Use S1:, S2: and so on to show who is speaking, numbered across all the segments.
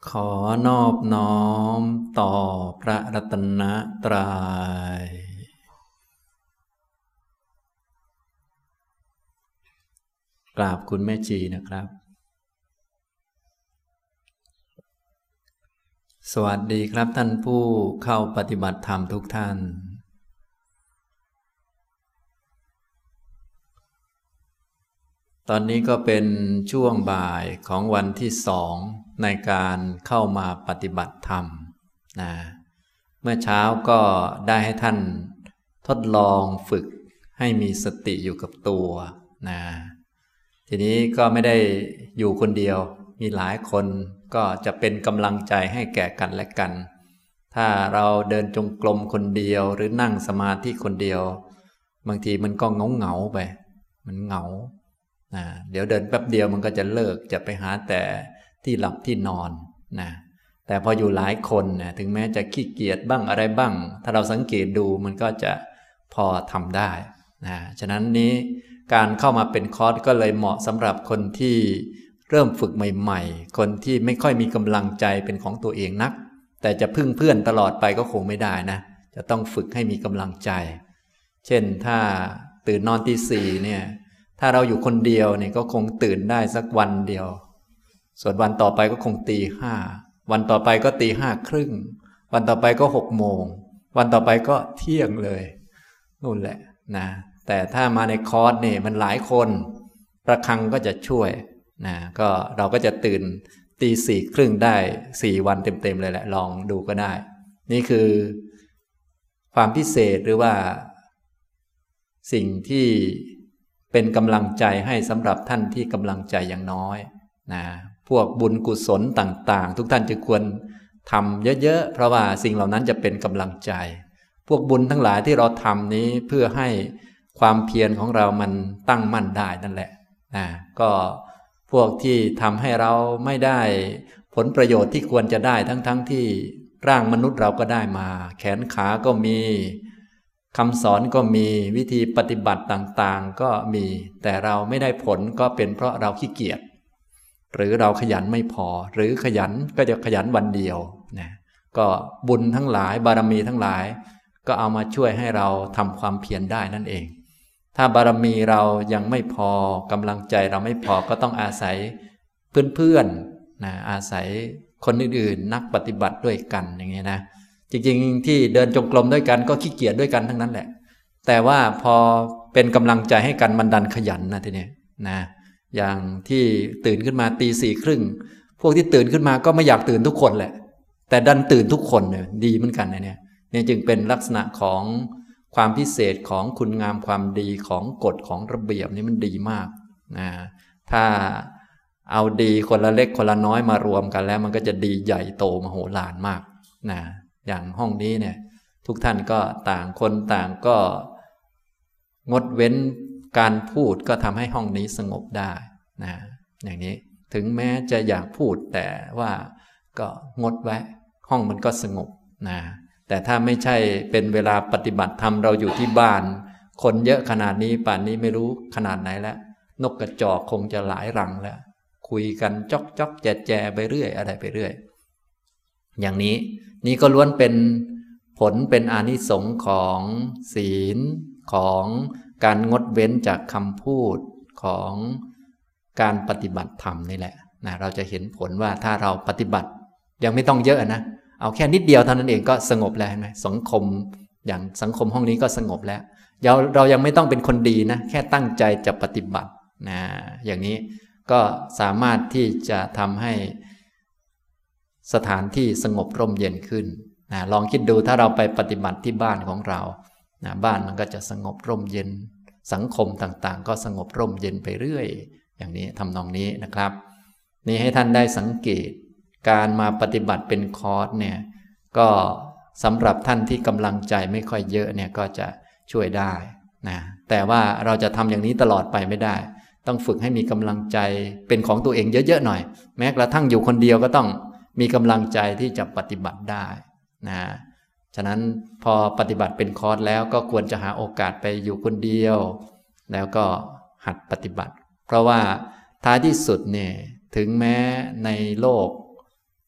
S1: ขอนอบน้อมต่อพระรัตนตรัยกราบคุณแม่ชีนะครับ สวัสดีครับท่านผู้เข้าปฏิบัติธรรมทุกท่าน ตอนนี้ก็เป็นช่วงบ่ายของวันที่2ในการเข้ามาปฏิบัติธรรมนะเมื่อเช้าก็ได้ให้ท่านทดลองฝึกให้มีสติอยู่กับตัวนะทีนี้ก็ไม่ได้อยู่คนเดียวมีหลายคนก็จะเป็นกำลังใจให้แก่กันและกันถ้าเราเดินจงกรมคนเดียวหรือนั่งสมาธิคนเดียวบางทีมันก็เหงาไปมันเหงาเดี๋ยวเดินแป๊บเดียวมันก็จะเลิกจะไปหาแต่ที่หลับที่นอนนะแต่พออยู่หลายคนนะถึงแม้จะขี้เกียจบ้างอะไรบ้างถ้าเราสังเกตดูมันก็จะพอทำได้นะฉะนั้นนี้การเข้ามาเป็นคอร์สก็เลยเหมาะสำหรับคนที่เริ่มฝึกใหม่ๆคนที่ไม่ค่อยมีกำลังใจเป็นของตัวเองนักแต่จะพึ่งเพื่อนตลอดไปก็คงไม่ได้นะจะต้องฝึกให้มีกำลังใจเช่นถ้าตื่นนอนตี 4เนี่ยถ้าเราอยู่คนเดียวเนี่ยก็คงตื่นได้สักวันเดียวส่วนวันต่อไปก็คงตี 5วันต่อไปก็ตี 5:30วันต่อไปก็6 โมงวันต่อไปก็เที่ยงเลยนู่นแหละนะแต่ถ้ามาในคอร์สเนี่ยมันหลายคนระฆังก็จะช่วยนะก็เราก็จะตื่นตี 4:30ได้4 วันเต็มๆเลยแหละลองดูก็ได้นี่คือความพิเศษหรือว่าสิ่งที่เป็นกำลังใจให้สำหรับท่านที่กำลังใจอย่างน้อยนะพวกบุญกุศลต่างๆทุกท่านจะควรทำเยอะๆเพราะว่าสิ่งเหล่านั้นจะเป็นกำลังใจพวกบุญทั้งหลายที่เราทำนี้เพื่อให้ความเพียรของเรามันตั้งมั่นได้นั่นแหละนะก็พวกที่ทำให้เราไม่ได้ผลประโยชน์ที่ควรจะได้ทั้งที่ร่างมนุษย์เราก็ได้มาแขนขาก็มีคำสอนก็มีวิธีปฏิบัติต่างๆก็มีแต่เราไม่ได้ผลก็เป็นเพราะเราขี้เกียจหรือเราขยันไม่พอหรือขยันก็จะขยันวันเดียวนะก็บุญทั้งหลายบารมีทั้งหลายก็เอามาช่วยให้เราทำความเพียรได้นั่นเองถ้าบารมีเรายังไม่พอกำลังใจเราไม่พอก็ต้องอาศัยเพื่อนๆนะอาศัยคนอื่นๆนักปฏิบัติด้วยกันอย่างเงี้ยนะจริงๆที่เดินจงกรมด้วยกันก็ขี้เกียจด้วยกันทั้งนั้นแหละแต่ว่าพอเป็นกำลังใจให้กันมันดันขยันนะทีนี้นะอย่างที่ตื่นขึ้นมาตี 4:30พวกที่ตื่นขึ้นมาก็ไม่อยากตื่นทุกคนแหละแต่ดันตื่นทุกคนเนี่ยดีเหมือนกันนะเนี่ยจึงเป็นลักษณะของความพิเศษของคุณงามความดีของกฎของระเบียบนี่มันดีมากนะถ้าเอาดีคนละเล็กคนละน้อยมารวมกันแล้วมันก็จะดีใหญ่โตมโหฬารมากนะอย่างห้องนี้เนี่ยทุกท่านก็ต่างคนต่างก็งดเว้นการพูดก็ทำให้ห้องนี้สงบได้นะอย่างนี้ถึงแม้จะอยากพูดแต่ว่าก็งดไว้ห้องมันก็สงบนะแต่ถ้าไม่ใช่เป็นเวลาปฏิบัติธรรมเราอยู่ที่บ้านคนเยอะขนาดนี้ป่านนี้ไม่รู้ขนาดไหนแล้วนกกระจอกคงจะหลายรังแล้วคุยกันจ๊อกจ๊อกแจแจไปเรื่อยอะไรไปเรื่อยอย่างนี้นี่ก็ล้วนเป็นผลเป็นอานิสงส์ของศีลของการงดเว้นจากคำพูดของการปฏิบัติธรรมนี่แหละนะเราจะเห็นผลว่าถ้าเราปฏิบัติยังไม่ต้องเยอะนะเอาแค่นิดเดียวเท่านั้นเองก็สงบแล้วเห็นไหมสังคมอย่างสังคมห้องนี้ก็สงบแล้วเรายังไม่ต้องเป็นคนดีนะแค่ตั้งใจจะปฏิบัตินะอย่างนี้ก็สามารถที่จะทำให้สถานที่สงบร่มเย็นขึ้นนะลองคิดดูถ้าเราไปปฏิบัติที่บ้านของเรานะบ้านมันก็จะสงบร่มเย็นสังคมต่างๆก็สงบร่มเย็นไปเรื่อยอย่างนี้ทำนองนี้นะครับนี่ให้ท่านได้สังเกตการมาปฏิบัติเป็นคอร์สเนี่ยก็สำหรับท่านที่กำลังใจไม่ค่อยเยอะเนี่ยก็จะช่วยได้นะแต่ว่าเราจะทำอย่างนี้ตลอดไปไม่ได้ต้องฝึกให้มีกำลังใจเป็นของตัวเองเยอะๆหน่อยแม้กระทั่งอยู่คนเดียวก็ต้องมีกำลังใจที่จะปฏิบัติได้นะฉะนั้นพอปฏิบัติเป็นคอร์สแล้วก็ควรจะหาโอกาสไปอยู่คนเดียวแล้วก็หัดปฏิบัติเพราะว่าท้ายที่สุดเนี่ยถึงแม้ในโลก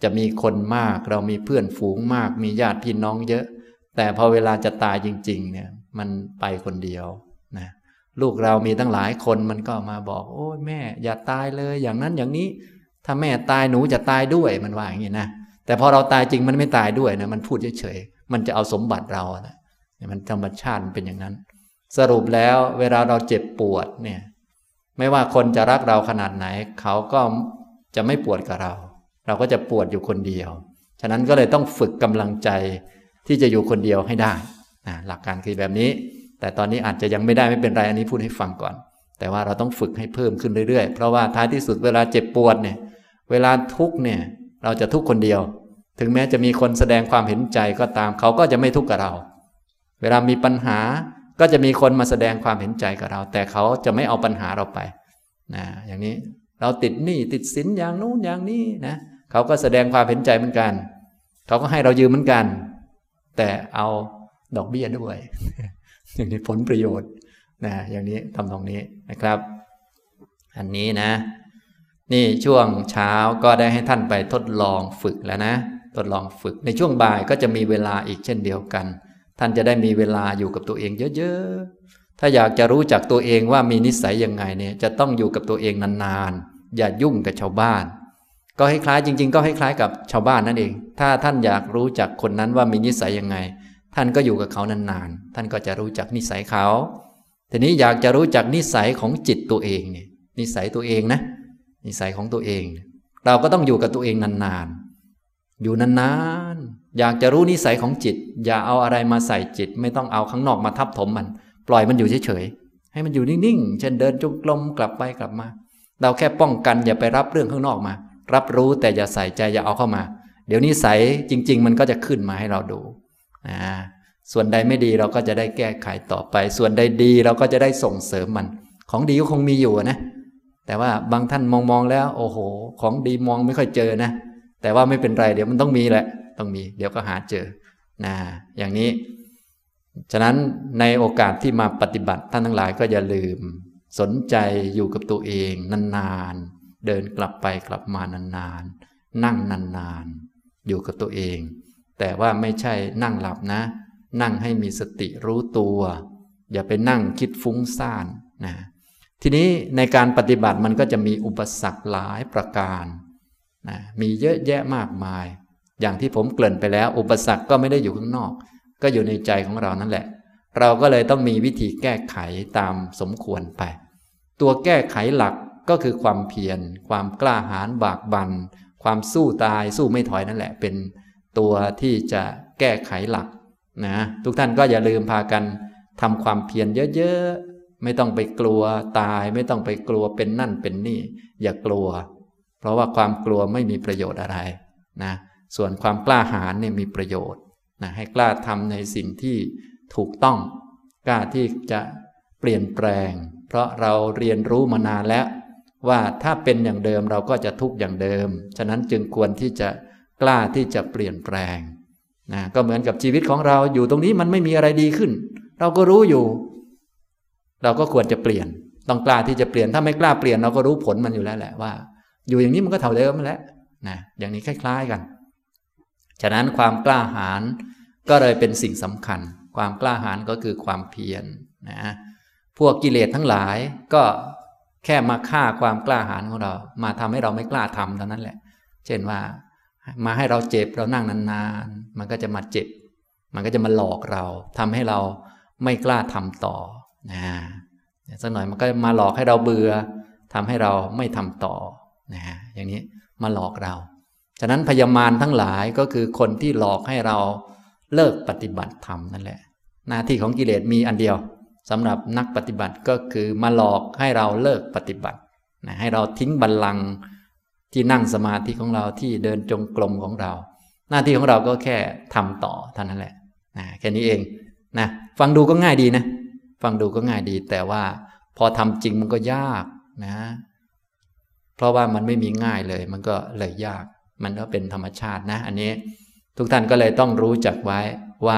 S1: จะมีคนมากเรามีเพื่อนฝูงมากมีญาติพี่น้องเยอะแต่พอเวลาจะตายจริงๆเนี่ยมันไปคนเดียวนะลูกเรามีตั้งหลายคนมันก็มาบอกโอ้ยแม่อย่าตายเลยอย่างนั้นอย่างนี้ถ้าแม่ตายหนูจะตายด้วยมันว่าอย่างนี้นะแต่พอเราตายจริงมันไม่ตายด้วยนะมันพูดเฉยๆมันจะเอาสมบัติเรานะมันธรรมชาติเป็นอย่างนั้นสรุปแล้วเวลาเราเจ็บปวดเนี่ยไม่ว่าคนจะรักเราขนาดไหนเขาก็จะไม่ปวดกับเราเราก็จะปวดอยู่คนเดียวฉะนั้นก็เลยต้องฝึกกำลังใจที่จะอยู่คนเดียวให้ได้นะหลักการคือแบบนี้แต่ตอนนี้อาจจะยังไม่ได้ไม่เป็นไรอันนี้พูดให้ฟังก่อนแต่ว่าเราต้องฝึกให้เพิ่มขึ้นเรื่อยๆเพราะว่าท้ายที่สุดเวลาเจ็บปวดเนี่ยเวลาทุกข์เนี่ยเราจะทุกข์คนเดียวถึงแม้จะมีคนแสดงความเห็นใจก็ตามเขาก็จะไม่ทุกข์กับเราเวลามีปัญหาก็จะมีคนมาแสดงความเห็นใจกับเราแต่เขาจะไม่เอาปัญหาเราไปนะอย่างนี้เราติดหนี้ติดสินอย่างนู้นอย่างนี้นะเขาก็แสดงความเห็นใจเหมือนกันเขาก็ให้เรายืมเหมือนกันแต่เอาดอกเบี้ยด้วย อย่างนี้ผลประโยชน์นะอย่างนี้ทำตรงนี้นะครับอันนี้นะนี่ช่วงเช้าก็ได้ให้ท่านไปทดลองฝึกแล้วนะทดลองฝึกในช่วงบ่ายก็จะมีเวลาอีกเช่นเดียวกันท่านจะได้มีเวลาอยู่กับตัวเองเยอะๆถ้าอยากจะรู้จักตัวเองว่ามีนิสัยยังไงเนี่ยจะต้องอยู่กับตัวเองนานๆอย่ายุ่งกับชาวบ้านก็คล้ายๆจริงๆก็คล้ายๆกับชาวบ้านนั่นเองถ้าท่านอยากรู้จักคนนั้นว่ามีนิสัยยังไงท่านก็อยู่กับเขานานๆท่านก็จะรู้จักนิสัยเขาทีนี้อยากจะรู้จักนิสัยของจิตตัวเองเนี่ยนิสัยตัวเองนะนิสัยของตัวเองเราก็ต้องอยู่กับตัวเองนานๆอยู่นานๆอยากจะรู้นิสัยของจิตอย่าเอาอะไรมาใส่จิตไม่ต้องเอาข้างนอกมาทับถมมันปล่อยมันอยู่เฉยๆให้มันอยู่นิ่งๆเช่นเดินจงกรมกลับไปกลับมาเราแค่ป้องกันอย่าไปรับเรื่องข้างนอกมารับรู้แต่อย่าใส่ใจอย่าเอาเข้ามาเดี๋ยวนิสัยจริงๆมันก็จะขึ้นมาให้เราดูส่วนใดไม่ดีเราก็จะได้แก้ไขต่อไปส่วนใดดีเราก็จะได้ส่งเสริมมันของดีก็คงมีอยู่นะแต่ว่าบางท่านมองแล้วโอ้โหของดีมองไม่ค่อยเจอนะแต่ว่าไม่เป็นไรเดี๋ยวมันต้องมีแหละต้องมีเดี๋ยวก็หาเจออย่างนี้ฉะนั้นในโอกาสที่มาปฏิบัติท่านทั้งหลายก็อย่าลืมสนใจอยู่กับตัวเองนานๆเดินกลับไปกลับมานานๆนั่งนานๆอยู่กับตัวเองแต่ว่าไม่ใช่นั่งหลับนะนั่งให้มีสติรู้ตัวอย่าไปนั่งคิดฟุ้งซ่านนะทีนี้ในการปฏิบัติมันก็จะมีอุปสรรคหลายประการนะมีเยอะแยะมากมายอย่างที่ผมเกริ่นไปแล้วอุปสรรคก็ไม่ได้อยู่ข้างนอกก็อยู่ในใจของเรานั่นแหละเราก็เลยต้องมีวิธีแก้ไขตามสมควรไปตัวแก้ไขหลักก็คือความเพียรความกล้าหาญบากบั่นความสู้ตายสู้ไม่ถอยนั่นแหละเป็นตัวที่จะแก้ไขหลักนะทุกท่านก็อย่าลืมพากันทำความเพียรเยอะๆไม่ต้องไปกลัวตายไม่ต้องไปกลัวเป็นนั่นเป็นนี่อย่ากลัวเพราะว่าความกลัวไม่มีประโยชน์อะไรนะส่วนความกล้าหาญเนี่ยมีประโยชน์นะให้กล้าทำในสิ่งที่ถูกต้องกล้าที่จะเปลี่ยนแปลงเพราะเราเรียนรู้มานานแล้วว่าถ้าเป็นอย่างเดิมเราก็จะทุกข์อย่างเดิมฉะนั้นจึงควรที่จะกล้าที่จะเปลี่ยนแปลงนะก็เหมือนกับชีวิตของเราอยู่ตรงนี้มันไม่มีอะไรดีขึ้นเราก็รู้อยู่เราก็ควรจะเปลี่ยนต้องกล้าที่จะเปลี่ยนถ้าไม่กล้าเปลี่ยนเราก็รู้ผลมันอยู่แล้วแหละว่าอยู่อย่างนี้มันก็เท่าเดิมนั่นแหละนะอย่างนี้คล้ายๆกันฉะนั้นความกล้าหาญก็เลยเป็นสิ่งสำคัญความกล้าหาญก็คือความเพียรนะพวกกิเลสทั้งหลายก็แค่มาฆ่าความกล้าหาญของเรามาทำให้เราไม่กล้าทำเท่านั้นแหละเช่นว่ามาให้เราเจ็บเรานั่งนานๆมันก็จะมาเจ็บมันก็จะมาหลอกเราทำให้เราไม่กล้าทำต่อสักหน่อยมันก็มาหลอกให้เราเบื่อทำให้เราไม่ทำต่ออย่างนี้มาหลอกเราฉะนั้นพยามารทั้งหลายก็คือคนที่หลอกให้เราเลิกปฏิบัติธรรมนั่นแหละหน้าที่ของกิเลสมีอันเดียวสำหรับนักปฏิบัติก็คือมาหลอกให้เราเลิกปฏิบัติให้เราทิ้งบัลลังก์ที่นั่งสมาธิของเราที่เดินจงกรมของเราหน้าที่ของเราก็แค่ทำต่อเท่านั้นแหละแค่นี้เองนะฟังดูก็ง่ายดีนะฟังดูก็ง่ายดีแต่ว่าพอทำจริงมันก็ยากนะเพราะว่ามันไม่มีง่ายเลยมันก็เลยยากมันก็เป็นธรรมชาตินะอันนี้ทุกท่านก็เลยต้องรู้จักไว้ว่า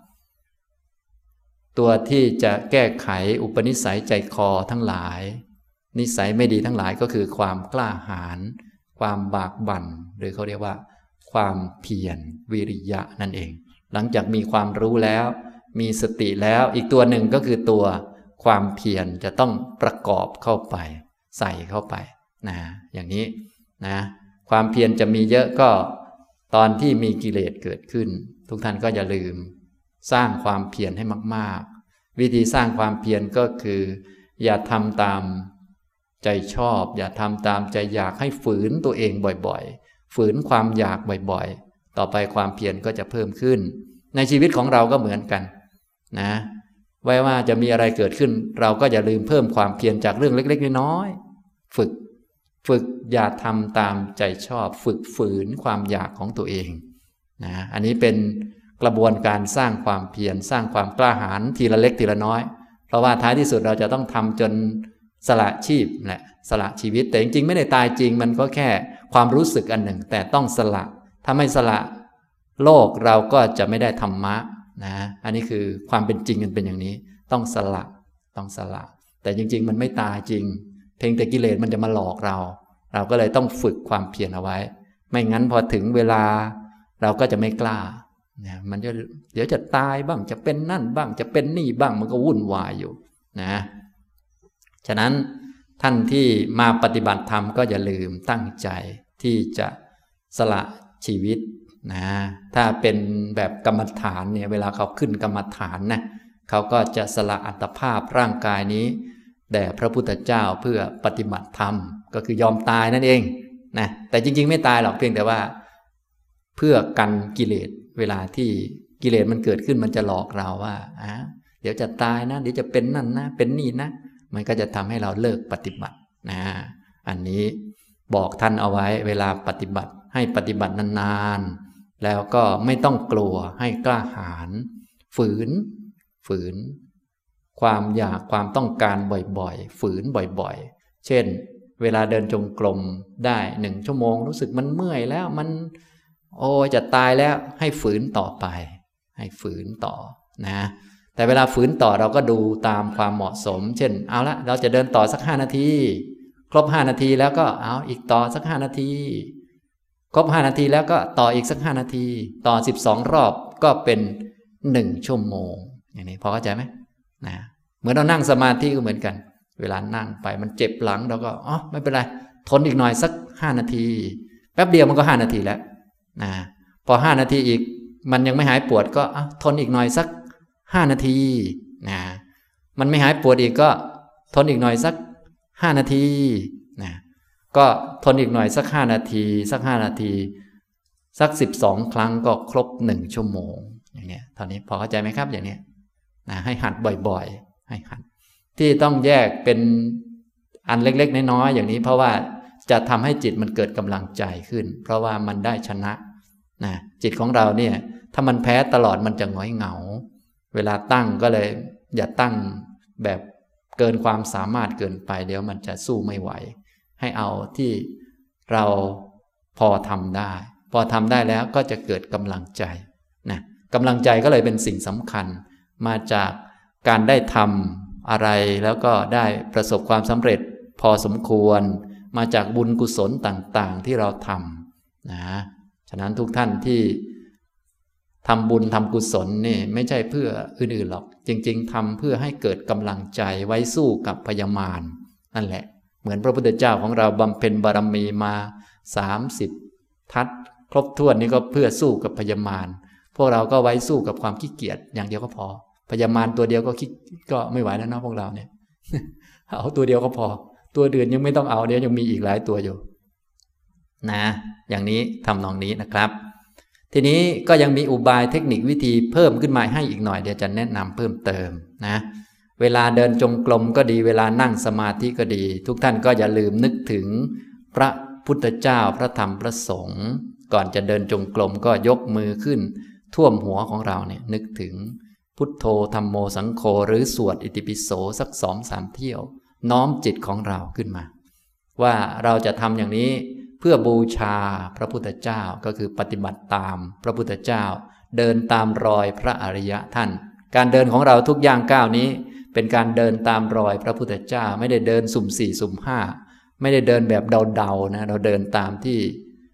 S1: ตัวที่จะแก้ไขอุปนิสัยใจคอทั้งหลายนิสัยไม่ดีทั้งหลายก็คือความกล้าหาญความบากบั่นหรือเขาเรียกว่าความเพียรวิริยะนั่นเองหลังจากมีความรู้แล้วมีสติแล้วอีกตัวหนึ่งก็คือตัวความเพียรจะต้องประกอบเข้าไปใส่เข้าไปนะอย่างนี้นะความเพียรจะมีเยอะก็ตอนที่มีกิเลสเกิดขึ้นทุกท่านก็อย่าลืมสร้างความเพียรให้มากๆวิธีสร้างความเพียรก็คืออย่าทำตามใจชอบอย่าทำตามใจอยากให้ฝืนตัวเองบ่อยๆฝืนความอยากบ่อยๆต่อไปความเพียรก็จะเพิ่มขึ้นในชีวิตของเราก็เหมือนกันนะไว้ว่าจะมีอะไรเกิดขึ้นเราก็อย่าลืมเพิ่มความเพียรจากเรื่องเล็กๆน้อยๆฝึกอย่าทำตามใจชอบฝึกฝืนความอยากของตัวเองนะอันนี้เป็นกระบวนการสร้างความเพียรสร้างความกล้าหาญทีละเล็กทีละน้อยเพราะว่าท้ายที่สุดเราจะต้องทำจนสละชีพแหละสละชีวิตแต่จริงๆไม่ได้ตายจริงมันก็แค่ความรู้สึกอันหนึ่งแต่ต้องสละถ้าไม่สละโลกเราก็จะไม่ได้ธรรมะนะอันนี้คือความเป็นจริงมันเป็นอย่างนี้ต้องสละแต่จริงๆมันไม่ตายจริงเพียงแต่กิเลสมันจะมาหลอกเราก็เลยต้องฝึกความเพียรเอาไว้ไม่งั้นพอถึงเวลาเราก็จะไม่กล้านะมันจะเดี๋ยวจะตายบ้างจะเป็นนั่นบ้างจะเป็นนี่บ้างมันก็วุ่นวายอยู่นะฉะนั้นท่านที่มาปฏิบัติธรรมก็อย่าลืมตั้งใจที่จะสละชีวิตนะถ้าเป็นแบบกรรมฐานเนี่ยเวลาเขาขึ้นกรรมฐานนะเขาก็จะสละอัตภาพร่างกายนี้แด่พระพุทธเจ้าเพื่อปฏิบัติธรรมก็คือยอมตายนั่นเองนะแต่จริงๆไม่ตายหรอกเพียงแต่ว่าเพื่อกันกิเลสเวลาที่กิเลสมันเกิดขึ้นมันจะหลอกเราว่าเดี๋ยวจะตายนะเดี๋ยวจะเป็นนั่นนะเป็นนี่นะมันก็จะทำให้เราเลิกปฏิบัตินะอันนี้บอกท่านเอาไว้เวลาปฏิบัติให้ปฏิบัตินานๆแล้วก็ไม่ต้องกลัวให้กล้าหาญฝืนความอยากความต้องการบ่อยๆฝืนบ่อยๆเช่นเวลาเดินจงกรมได้1 ชั่วโมงรู้สึกมันเมื่อยแล้วมันโอ้จะตายแล้วให้ฝืนต่อไปให้ฝืนต่อนะแต่เวลาฝืนต่อเราก็ดูตามความเหมาะสมเช่นเอาละเราจะเดินต่อสัก5 นาทีครบ5 นาทีแล้วก็เอาอีกต่อสัก5 นาทีครบ5 นาทีแล้วก็ต่ออีกสัก5 นาทีต่อ12 รอบก็เป็น1 ชั่วโมงอย่างนี้พอเข้าใจไหมนะเหมือนเรานั่งสมาธิก็เหมือนกันเวลานั่งไปมันเจ็บหลังเราก็ไม่เป็นไรทนอีกหน่อยสัก5 นาทีแป๊บเดียวมันก็5 นาทีแล้วนะพอ5 นาทีอีกมันยังไม่หายปวดก็ทนอีกหน่อยสัก5 นาทีนะมันไม่หายปวดอีกก็ทนอีกหน่อยสัก5 นาทีนะก็ทนอีกหน่อยสัก5 นาทีสัก5 นาทีสัก12 ครั้งก็ครบ1 ชั่วโมงอย่างนี้เท่านี้พอเข้าใจไหมครับอย่างนี้นะให้หัดบ่อยๆให้หัดที่ต้องแยกเป็นอันเล็กๆน้อยๆอย่างนี้เพราะว่าจะทำให้จิตมันเกิดกำลังใจขึ้นเพราะว่ามันได้ชนะนะจิตของเราเนี่ยถ้ามันแพ้ตลอดมันจะหงอยเหงาเวลาตั้งก็เลยอย่าตั้งแบบเกินความสามารถเกินไปเดี๋ยวมันจะสู้ไม่ไหวให้เอาที่เราพอทำได้พอทำได้แล้วก็จะเกิดกำลังใจนะกำลังใจก็เลยเป็นสิ่งสำคัญมาจากการได้ทำอะไรแล้วก็ได้ประสบความสำเร็จพอสมควรมาจากบุญกุศลต่างๆที่เราทำนะฉะนั้นทุกท่านที่ทำบุญทำกุศลนี่ไม่ใช่เพื่ออื่นๆหรอกจริงๆทำเพื่อให้เกิดกำลังใจไว้สู้กับพยามารนั่นแหละเหมือนพระพุทธเจ้าของเราบำเพ็ญบารมีมา30 ทัศครบถ้วนนี่ก็เพื่อสู้กับพยามารพวกเราก็ไว้สู้กับความขี้เกียจอย่างเดียวก็พอพยามารตัวเดียวก็ไม่ไหวแล้วนะพวกเราเนี่ย เอาตัวเดียวก็พอตัวอื่นยังไม่ต้องเอาเดี๋ยวยังมีอีกหลายตัวอยู่นะอย่างนี้ทำนองนี้นะครับทีนี้ก็ยังมีอุบายเทคนิควิธีเพิ่มขึ้นมาให้อีกหน่อยเดี๋ยวจะแนะนำเพิ่มเติมนะเวลาเดินจงกรมก็ดีเวลานั่งสมาธิก็ดีทุกท่านก็อย่าลืมนึกถึงพระพุทธเจ้าพระธรรมพระสงฆ์ก่อนจะเดินจงกรมก็ยกมือขึ้นท่วมหัวของเราเนี่ยนึกถึงพุทโธธัมโมสังโฆหรือสวดอิติปิโสสัก2-3 เที่ยวน้อมจิตของเราขึ้นมาว่าเราจะทำอย่างนี้เพื่อบูชาพระพุทธเจ้าก็คือปฏิบัติตามพระพุทธเจ้าเดินตามรอยพระอริยะท่านการเดินของเราทุกย่างก้าวนี้เป็นการเดินตามรอยพระพุทธเจ้าไม่ได้เดินสุ่ม4สุ่ม5ไม่ได้เดินแบบเดาๆนะเราเดินตามที่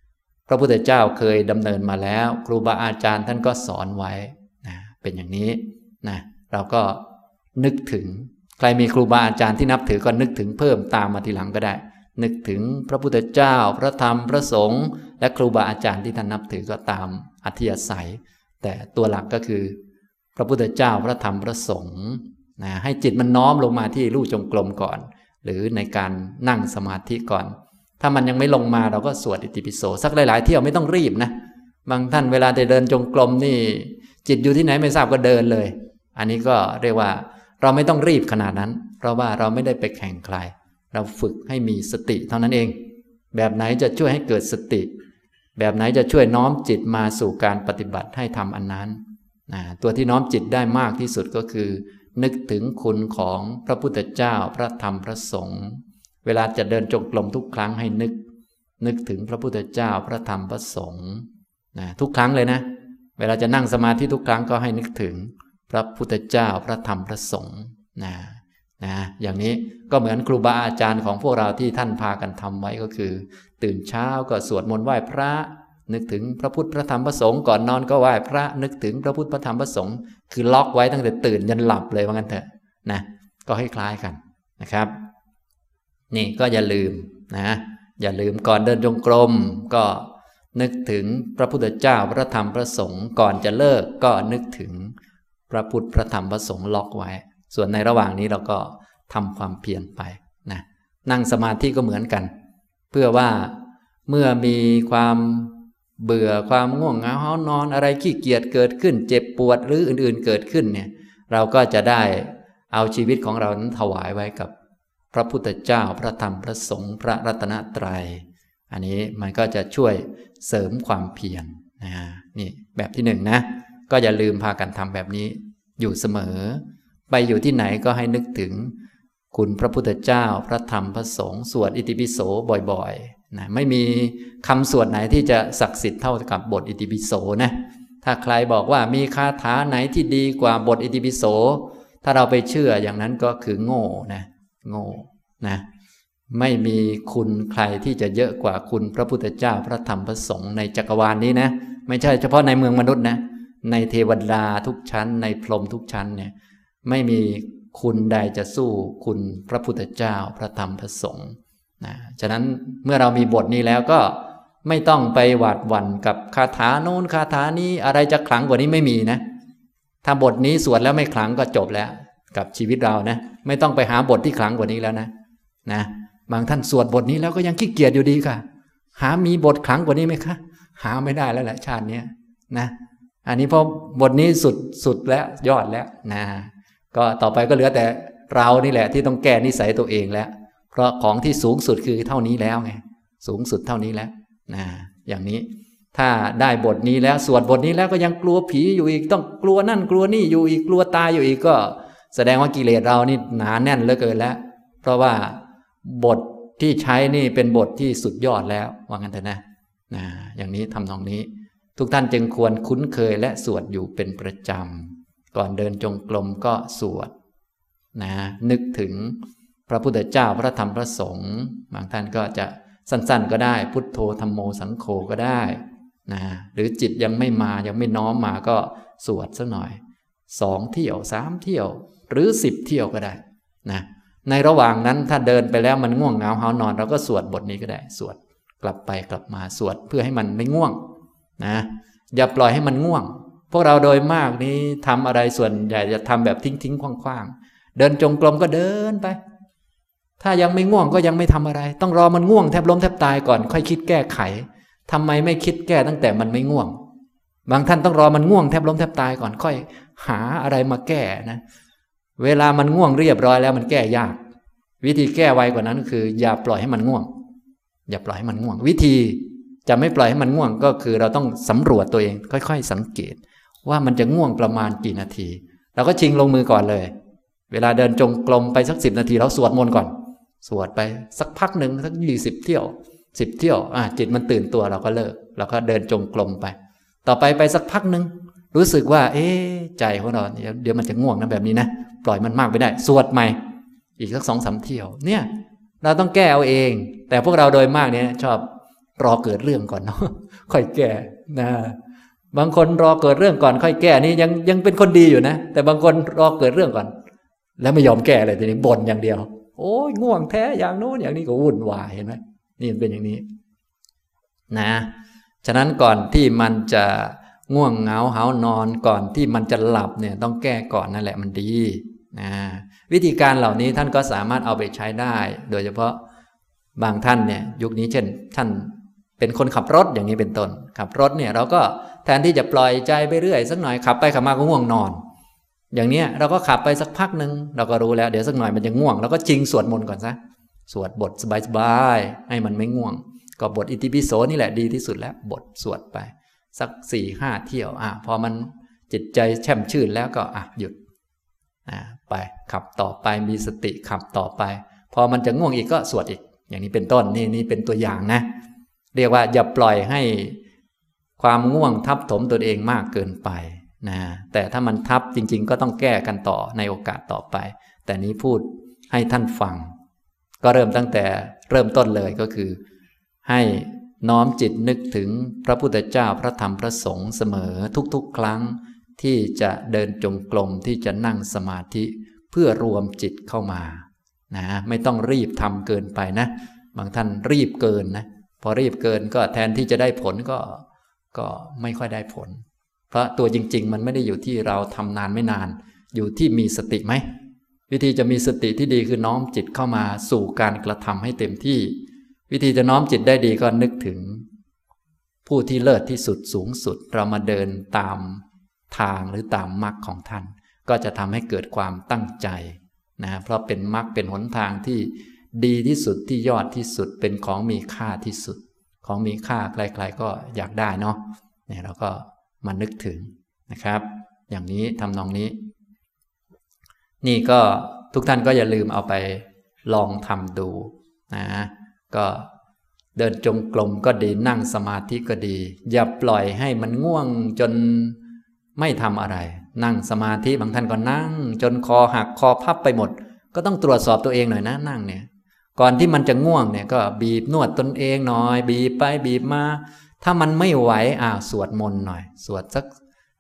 S1: พระพุทธเจ้าเคยดำเนินมาแล้วครูบาอาจารย์ท่านก็สอนไว้นะเป็นอย่างนี้นะเราก็นึกถึงใครมีครูบาอาจารย์ที่นับถือก็นึกถึงเพิ่มตามมาทีหลังก็ได้นึกถึงพระพุทธเจ้าพระธรรมพระสงฆ์และครูบาอาจารย์ที่ท่านนับถือก็ตามอัธยาศัยแต่ตัวหลักก็คือพระพุทธเจ้าพระธรรมพระสงฆ์นะให้จิตมันน้อมลงมาที่ลู่จงกรมก่อนหรือในการนั่งสมาธิก่อนถ้ามันยังไม่ลงมาเราก็สวดอิติปิโสสักหลายๆเที่ยวไม่ต้องรีบนะบางท่านเวลาจะเดินจงกรมนี่จิตอยู่ที่ไหนไม่ทราบก็เดินเลยอันนี้ก็เรียกว่าเราไม่ต้องรีบขนาดนั้นเพราะว่าเราไม่ได้ไปแข่งใครเราฝึกให้มีสติเท่านั้นเองแบบไหนจะช่วยให้เกิดสติแบบไหนจะช่วยน้อมจิตมาสู่การปฏิบัติให้ทำอันนั้นตัวที่น้อมจิตได้มากที่สุดก็คือนึกถึงคุณของพระพุทธเจ้าพระธรรมพระสงฆ์เวลาจะเดินจงกรมทุกครั้งให้นึกถึงพระพุทธเจ้าพระธรรมพระสงฆ์ทุกครั้งเลยนะเวลาจะนั่งสมาธิทุกครั้งก็ให้นึกถึงพระพุทธเจ้าพระธรรมพระสงฆ์อย่างนี้ก็เหมือนครูบาอาจารย์ของพวกเราที่ท่านพากันทำไว้ก็คือตื่นเช้าก็สวดมนต์ไหว้พระนึกถึงพระพุทธพระธรรมพระสงฆ์ก่อนนอนก็ไหว้พระนึกถึงพระพุทธพระธรรมพระสงฆ์คือล็อกไว้ตั้งแต่ตื่นยันหลับเลยว่างั้นเถอะนะก็ให้คล้ายกันนะครับนี่ก็อย่าลืมนะอย่าลืมก่อนเดินจงกรมก็นึกถึงพระพุทธเจ้าพระธรรมพระสงฆ์ก่อนจะเลิกก็นึกถึงพระพุทธพระธรรมพระสงฆ์ล็อกไว้ส่วนในระหว่างนี้เราก็ทำความเพียรไปนะนั่งสมาธิก็เหมือนกันเพื่อว่าเมื่อมีความเบื่อความง่วงเหงาหานอนอะไรขี้เกียจเกิดขึ้นเจ็บปวดหรืออื่นๆเกิดขึ้นเนี่ยเราก็จะได้เอาชีวิตของเรานั้นถวายไว้กับพระพุทธเจ้าพระธรรมพระสงฆ์พระรัตนตรัยอันนี้มันก็จะช่วยเสริมความเพียรนี่แบบที่หนึ่งนะก็อย่าลืมพากันทำแบบนี้อยู่เสมอไปอยู่ที่ไหนก็ให้นึกถึงคุณพระพุทธเจ้าพระธรรมพระสงฆ์สวดอิติปิโสบ่อยๆนะไม่มีคำสวดไหนที่จะศักดิ์สิทธิ์เท่ากับบทอิติปิโสนะถ้าใครบอกว่ามีคาถาไหนที่ดีกว่าบทอิติปิโสถ้าเราไปเชื่ออย่างนั้นก็คือโง่นะโง่นะไม่มีคุณใครที่จะเยอะกว่าคุณพระพุทธเจ้าพระธรรมพระสงฆ์ในจักรวาลนี้นะไม่ใช่เฉพาะในเมืองมนุษย์นะในเทวดาทุกชั้นในพรหมทุกชั้นเนี่ยไม่มีคุณใดจะสู้คุณพระพุทธเจ้าพระธรรมพระสงฆ์นะฉะนั้นเมื่อเรามีบทนี้แล้วก็ไม่ต้องไปหวาดหวั่นกับคาถาโน้นคาถานี้อะไรจะขลังกว่านี้ไม่มีนะถ้าบทนี้สวดแล้วไม่ขลังก็จบแล้วกับชีวิตเรานะไม่ต้องไปหาบทที่ขลังกว่านี้แล้วนะบางท่านสวดบทนี้แล้วก็ยังขี้เกียจอยู่ดีค่ะหามีบทขลังกว่านี้ไหมคะหาไม่ได้แล้วแหละชาตินี้นะอันนี้เพราะบทนี้สุดแล้วยอดแล้วนะก็ต่อไปก็เหลือแต่เรานี่แหละที่ต้องแก้นิสัยตัวเองแล้วเพราะของที่สูงสุดคือเท่านี้แล้วไงสูงสุดเท่านี้แล้วนะอย่างนี้ถ้าได้บทนี้แล้วสวดบทนี้แล้วก็ยังกลัวผีอยู่อีกต้องกลัวนั่นกลัวนี่อยู่อีกกลัวตายอยู่อีกก็แสดงว่ากิเลสเรานี่หนาแน่นเหลือเกินแล้วเพราะว่าบทที่ใช้นี่เป็นบทที่สุดยอดแล้วว่างั้นเถอะนะอย่างนี้ทำนองนี้ทุกท่านจึงควรคุ้นเคยและสวดอยู่เป็นประจำก่อนเดินจงกรมก็สวดนึกถึงพระพุทธเจ้าพระธรรมพระสงฆ์บางท่านก็จะสั้นๆก็ได้พุทโธธัมโมสังโฆก็ได้หรือจิตยังไม่มายังไม่น้อมมาก็สวดสักหน่อย2 เที่ยว3 เที่ยวหรือ10 เที่ยวก็ได้นะในระหว่างนั้นถ้าเดินไปแล้วมันง่วงเหงาหานอนเราก็สวดบทนี้ก็ได้สวดกลับไปกลับมาสวดเพื่อให้มันไม่ง่วงนะอย่าปล่อยให้มันง่วงพวกเราโดยมากนี้ทำอะไรส่วนใหญ่จะทำแบบทิ้งๆคว่างๆเดินจงกรมก็เดินไปถ้ายังไม่ง่วงก็ยังไม่ทำอะไรต้องรอมันง่วงแทบล้มแทบตายก่อนค่อยคิดแก้ไขทำไมไม่คิดแก้ตั้งแต่มันไม่ง่วงบางท่านต้องรอมันง่วงแทบล้มแทบตายก่อนค่อยหาอะไรมาแก้นะเวลามันง่วงเรียบร้อยแล้วมันแก้ยากวิธีแก้ไวกว่านั้นคืออย่าปล่อยให้มันง่วงอย่าปล่อยให้มันง่วงวิธีจะไม่ปล่อยให้มันง่วงก็คือเราต้องสำรวจตัวเองค่อยๆสังเกตว่ามันจะง่วงประมาณกี่นาทีเราก็ชิงลงมือก่อนเลยเวลาเดินจงกรมไปสัก10 นาทีเราสวดมนต์ก่อนสวดไปสักพักหนึ่งสัก20 เที่ยว10 เที่ยวจิตมันตื่นตัวเราก็เลิกเราก็เดินจงกรมไปต่อไปสักพักหนึ่งรู้สึกว่าใจของเราเดี๋ยวมันจะง่วงนะแบบนี้นะปล่อยมันมากไปได้สวดใหม่อีกสัก2-3 เที่ยวเนี่ยเราต้องแก้เอาเองแต่พวกเราโดยมากเนี่ยชอบรอเกิดเรื่องก่อนเนาะค่อยแก้นะบางคนรอเกิดเรื่องก่อนค่อยแก้นี่ยังเป็นคนดีอยู่นะแต่บางคนรอเกิดเรื่องก่อนแล้วไม่ยอมแก้เลยทีนี้บ่นอย่างเดียวโอ้ยง่วงแท้อย่างโน้นอย่างนี้ก็วุ่นวายเห็นไหมนี่เป็นอย่างนี้นะฉะนั้นก่อนที่มันจะง่วงเหงาหาวนอนก่อนที่มันจะหลับเนี่ยต้องแก้ก่อนนั่นแหละมันดีนะวิธีการเหล่านี้ท่านก็สามารถเอาไปใช้ได้โดยเฉพาะบางท่านเนี่ยยุคนี้เช่นท่านเป็นคนขับรถอย่างนี้เป็นต้นขับรถเนี่ยเราก็แทนที่จะปล่อยใจไปเรื่อยสักหน่อยขับไปขับมาก็ง่วงนอนอย่างเนี้ยเราก็ขับไปสักพักหนึ่งเราก็รู้แล้วเดี๋ยวสักหน่อยมันจะง่วงเราก็จริงสวดมนต์ก่อนซะสวดบทสบายๆให้มันไม่ง่วงก็บทอิติปิโสนี่แหละดีที่สุดแล้วบทสวดไปสัก 4-5 เที่ยวพอมันจิตใจแช่มชื่นแล้วก็หยุดไปขับต่อไปมีสติขับต่อไปพอมันจะง่วงอีกก็สวดอีกอย่างนี้เป็นต้นนี่เป็นตัวอย่างนะเรียกว่าอย่าปล่อยให้ความง่วงทับถมตัวเองมากเกินไปนะแต่ถ้ามันทับจริงๆก็ต้องแก้กันต่อในโอกาสต่อไปแต่นี้พูดให้ท่านฟังก็เริ่มตั้งแต่เริ่มต้นเลยก็คือให้น้อมจิตนึกถึงพระพุทธเจ้าพระธรรมพระสงฆ์เสมอทุกๆครั้งที่จะเดินจงกรมที่จะนั่งสมาธิเพื่อรวมจิตเข้ามานะไม่ต้องรีบทำเกินไปนะบางท่านรีบเกินนะพอรีบเกินก็แทนที่จะได้ผลก็ไม่ค่อยได้ผลเพราะตัวจริงๆมันไม่ได้อยู่ที่เราทำนานไม่นานอยู่ที่มีสติไหมวิธีจะมีสติที่ดีคือน้อมจิตเข้ามาสู่การกระทำให้เต็มที่วิธีจะน้อมจิตได้ดีก็นึกถึงผู้ที่เลิศที่สุดสูงสุดเรามาเดินตามทางหรือตามมรรคของท่านก็จะทำให้เกิดความตั้งใจนะเพราะเป็นมรรคเป็นหนทางที่ดีที่สุดที่ยอดที่สุดเป็นของมีค่าที่สุดของมีค่าใครๆก็อยากได้เนาะเนี่ยเราก็มานึกถึงนะครับอย่างนี้ทำนองนี้นี่ก็ทุกท่านก็อย่าลืมเอาไปลองทำดูนะก็เดินจงกรมก็ดีนั่งสมาธิก็ดีอย่าปล่อยให้มันง่วงจนไม่ทำอะไรนั่งสมาธิบางท่านก็นั่งจนคอหักคอพับไปหมดก็ต้องตรวจสอบตัวเองหน่อยนะนั่งเนี่ยก่อนที่มันจะง่วงเนี่ยก็บีบนวดตนเองหน่อยบีบไปบีบมาถ้ามันไม่ไหวสวดมนต์หน่อยสวดสัก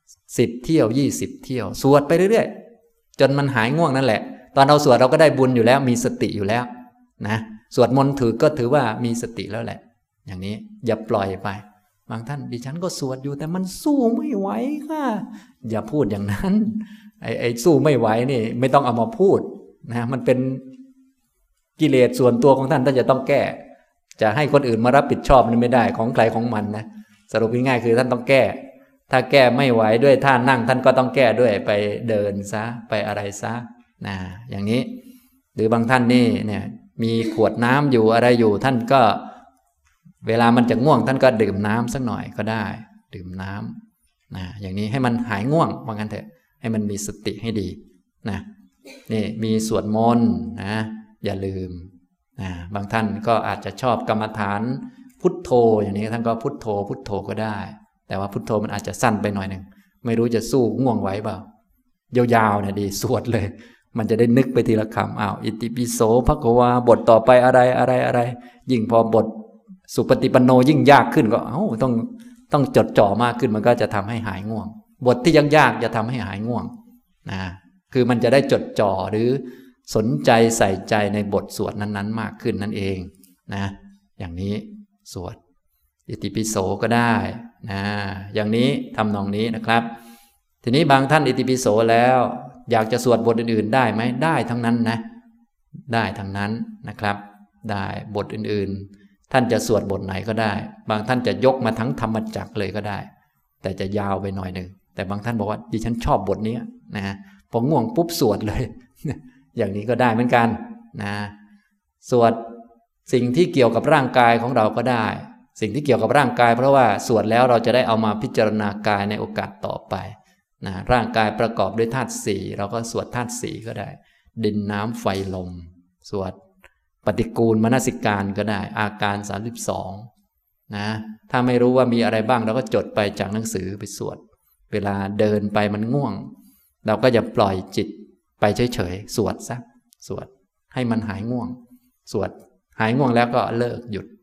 S1: 10 เที่ยว20 เที่ยวสวดไปเรื่อยๆจนมันหายง่วงนั่นแหละตอนเราสวดเราก็ได้บุญอยู่แล้วมีสติอยู่แล้วนะสวดมนต์ถือว่ามีสติแล้วแหละอย่างนี้อย่าปล่อยไปบางท่านดิฉันก็สวดอยู่แต่มันสู้ไม่ไหวค่ะอย่าพูดอย่างนั้นไอ้สู้ไม่ไหวนี่ไม่ต้องเอามาพูดนะมันเป็นกิเลสส่วนตัวของท่านจะต้องแก้จะให้คนอื่นมารับผิดชอบมันไม่ได้ของใครของมันนะสรุปง่ายๆคือท่านต้องแก้ถ้าแก้ไม่ไหวด้วยท่านั่งท่านก็ต้องแก้ด้วยไปเดินซะไปอะไรซะนะอย่างนี้หรือบางท่านนี่เนี่ยมีขวดน้ำอยู่อะไรอยู่ท่านก็เวลามันจะง่วงท่านก็ดื่มน้ำสักหน่อยก็ได้ดื่มน้ำนะอย่างนี้ให้มันหายง่วงว่างั้นเถอะให้มันมีสติให้ดีนะนี่มีสวดมนต์นะอย่าลืมนะบางท่านก็อาจจะชอบกรรมฐานพุทโธอย่างนี้ท่านก็พุทโธพุทโธก็ได้แต่ว่าพุทโธมันอาจจะสั้นไปหน่อยหนึ่งไม่รู้จะสู้ง่วงไหวเปล่ายาวๆเนี่ยดีสวดเลยมันจะได้นึกไปทีละคำอิติปิโสภควาบทต่อไปอะไรยิ่งพอบทสุปฏิปันโนยิ่งยากขึ้นก็ต้องจดจ่อมากขึ้นมันก็จะทำให้หายง่วงบทที่ยากๆจะทำให้หายง่วงนะคือมันจะได้จดจ่อหรือสนใจใส่ใจในบทสวดนั้นๆมากขึ้นนั่นเองนะอย่างนี้สวดอิติปิโสก็ได้นะอย่างนี้ทำนองนี้นะครับทีนี้บางท่านอิติปิโสแล้วอยากจะสวดบทอื่นๆได้ไหมได้ทั้งนั้นนะได้ทั้งนั้นนะครับได้บทอื่นๆท่านจะสวดบทไหนก็ได้บางท่านจะยกมาทั้งธรรมจักรเลยก็ได้แต่จะยาวไปหน่อยหนึ่งแต่บางท่านบอกว่าดิฉันชอบบทนี้นะพอง่วงปุ๊บสวดเลยอย่างนี้ก็ได้เหมือนกันนะสวดสิ่งที่เกี่ยวกับร่างกายของเราก็ได้สิ่งที่เกี่ยวกับร่างกายเพราะว่าสวดแล้วเราจะได้เอามาพิจารณากายในโอกาสต่อไปนะร่างกายประกอบด้วยธาตุสี่เราก็สวดธาตุสี่ก็ได้ดินน้ำไฟลมสวดปฏิกูลมนสิการก็ได้อาการ32นะถ้าไม่รู้ว่ามีอะไรบ้างเราก็จดไปจากหนังสือไปสวดเวลาเดินไปมันง่วงเราก็อย่าปล่อยจิตไปเฉยๆสวดซะสวดให้มันหายง่วงสวดหายง่วงแล้วก็เลิกหยุด